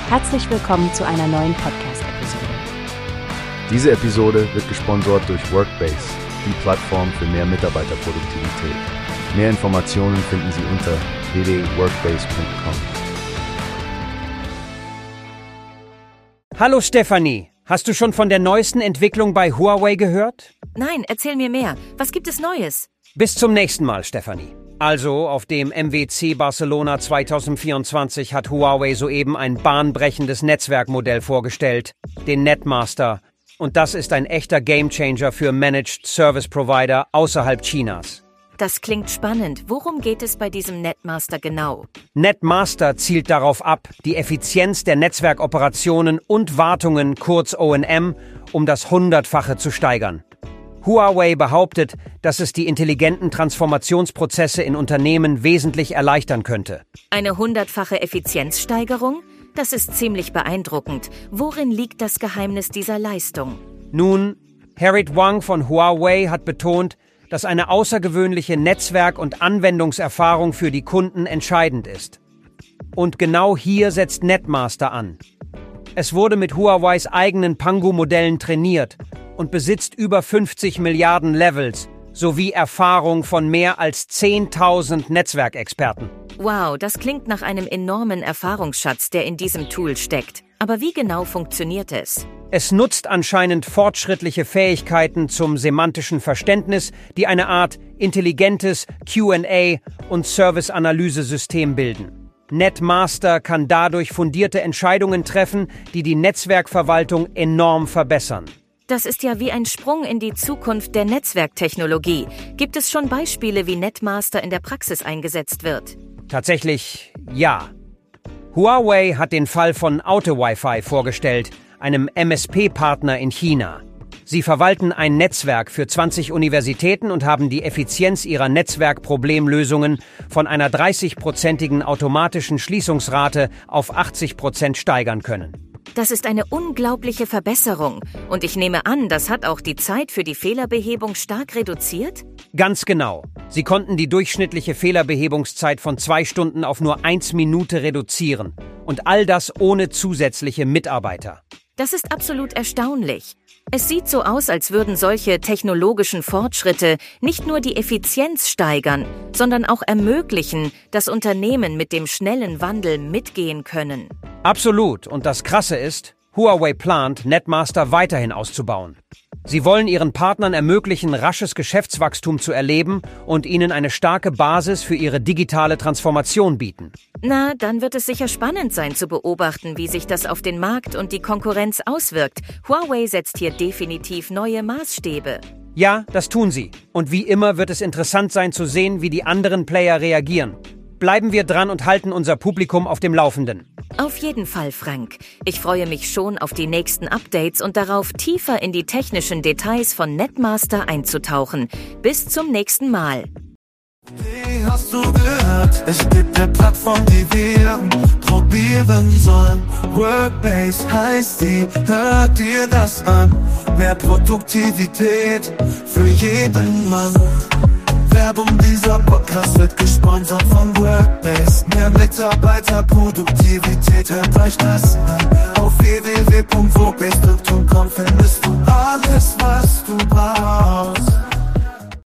Herzlich willkommen zu einer neuen Podcast-Episode. Diese Episode wird gesponsert durch Workbase, die Plattform für mehr Mitarbeiterproduktivität. Mehr Informationen finden Sie unter www.workbase.com. Hallo Stefanie, hast du schon von der neuesten Entwicklung bei Huawei gehört? Nein, erzähl mir mehr. Was gibt es Neues? Bis zum nächsten Mal, Stefanie. Also, auf dem MWC Barcelona 2024 hat Huawei soeben ein bahnbrechendes Netzwerkmodell vorgestellt, den Netmaster. Und das ist ein echter Gamechanger für Managed Service Provider außerhalb Chinas. Das klingt spannend. Worum geht es bei diesem Netmaster genau? Netmaster zielt darauf ab, die Effizienz der Netzwerkoperationen und Wartungen, kurz O&M, um das 100-fache zu steigern. Huawei behauptet, dass es die intelligenten Transformationsprozesse in Unternehmen wesentlich erleichtern könnte. Eine 100-fache Effizienzsteigerung? Das ist ziemlich beeindruckend. Worin liegt das Geheimnis dieser Leistung? Nun, Harriet Wang von Huawei hat betont, dass eine außergewöhnliche Netzwerk- und Anwendungserfahrung für die Kunden entscheidend ist. Und genau hier setzt Netmaster an. Es wurde mit Huaweis eigenen Pangu-Modellen trainiert und besitzt über 50 Milliarden Levels sowie Erfahrung von mehr als 10.000 Netzwerkexperten. Wow, das klingt nach einem enormen Erfahrungsschatz, der in diesem Tool steckt. Aber wie genau funktioniert es? Es nutzt anscheinend fortschrittliche Fähigkeiten zum semantischen Verständnis, die eine Art intelligentes Q&A- und Service-Analyse-System bilden. Netmaster kann dadurch fundierte Entscheidungen treffen, die die Netzwerkverwaltung enorm verbessern. Das ist ja wie ein Sprung in die Zukunft der Netzwerktechnologie. Gibt es schon Beispiele, wie Netmaster in der Praxis eingesetzt wird? Tatsächlich ja. Huawei hat den Fall von AutoWiFi vorgestellt, einem MSP-Partner in China. Sie verwalten ein Netzwerk für 20 Universitäten und haben die Effizienz ihrer Netzwerkproblemlösungen von einer 30-prozentigen automatischen Schließungsrate auf 80% steigern können. Das ist eine unglaubliche Verbesserung. Und ich nehme an, das hat auch die Zeit für die Fehlerbehebung stark reduziert? Ganz genau. Sie konnten die durchschnittliche Fehlerbehebungszeit von 2 Stunden auf nur 1 Minute reduzieren. Und all das ohne zusätzliche Mitarbeiter. Das ist absolut erstaunlich. Es sieht so aus, als würden solche technologischen Fortschritte nicht nur die Effizienz steigern, sondern auch ermöglichen, dass Unternehmen mit dem schnellen Wandel mitgehen können. Absolut. Und das Krasse ist, Huawei plant, Netmaster weiterhin auszubauen. Sie wollen ihren Partnern ermöglichen, rasches Geschäftswachstum zu erleben und ihnen eine starke Basis für ihre digitale Transformation bieten. Na, dann wird es sicher spannend sein zu beobachten, wie sich das auf den Markt und die Konkurrenz auswirkt. Huawei setzt hier definitiv neue Maßstäbe. Ja, das tun sie. Und wie immer wird es interessant sein zu sehen, wie die anderen Player reagieren. Bleiben wir dran und halten unser Publikum auf dem Laufenden. Auf jeden Fall, Frank. Ich freue mich schon auf die nächsten Updates und darauf, tiefer in die technischen Details von Netmaster einzutauchen. Bis zum nächsten Mal. Wie hast du gehört? Es gibt eine Plattform, die wir probieren sollen. Workbase heißt die, hört dir das an. Mehr Produktivität für jeden Mann. Werbung, dieser Podcast wird gesponsert von Workbase. Mehr Mitarbeiterproduktivität, hört euch das an. Auf www.workbase.com findest du alles, was du brauchst.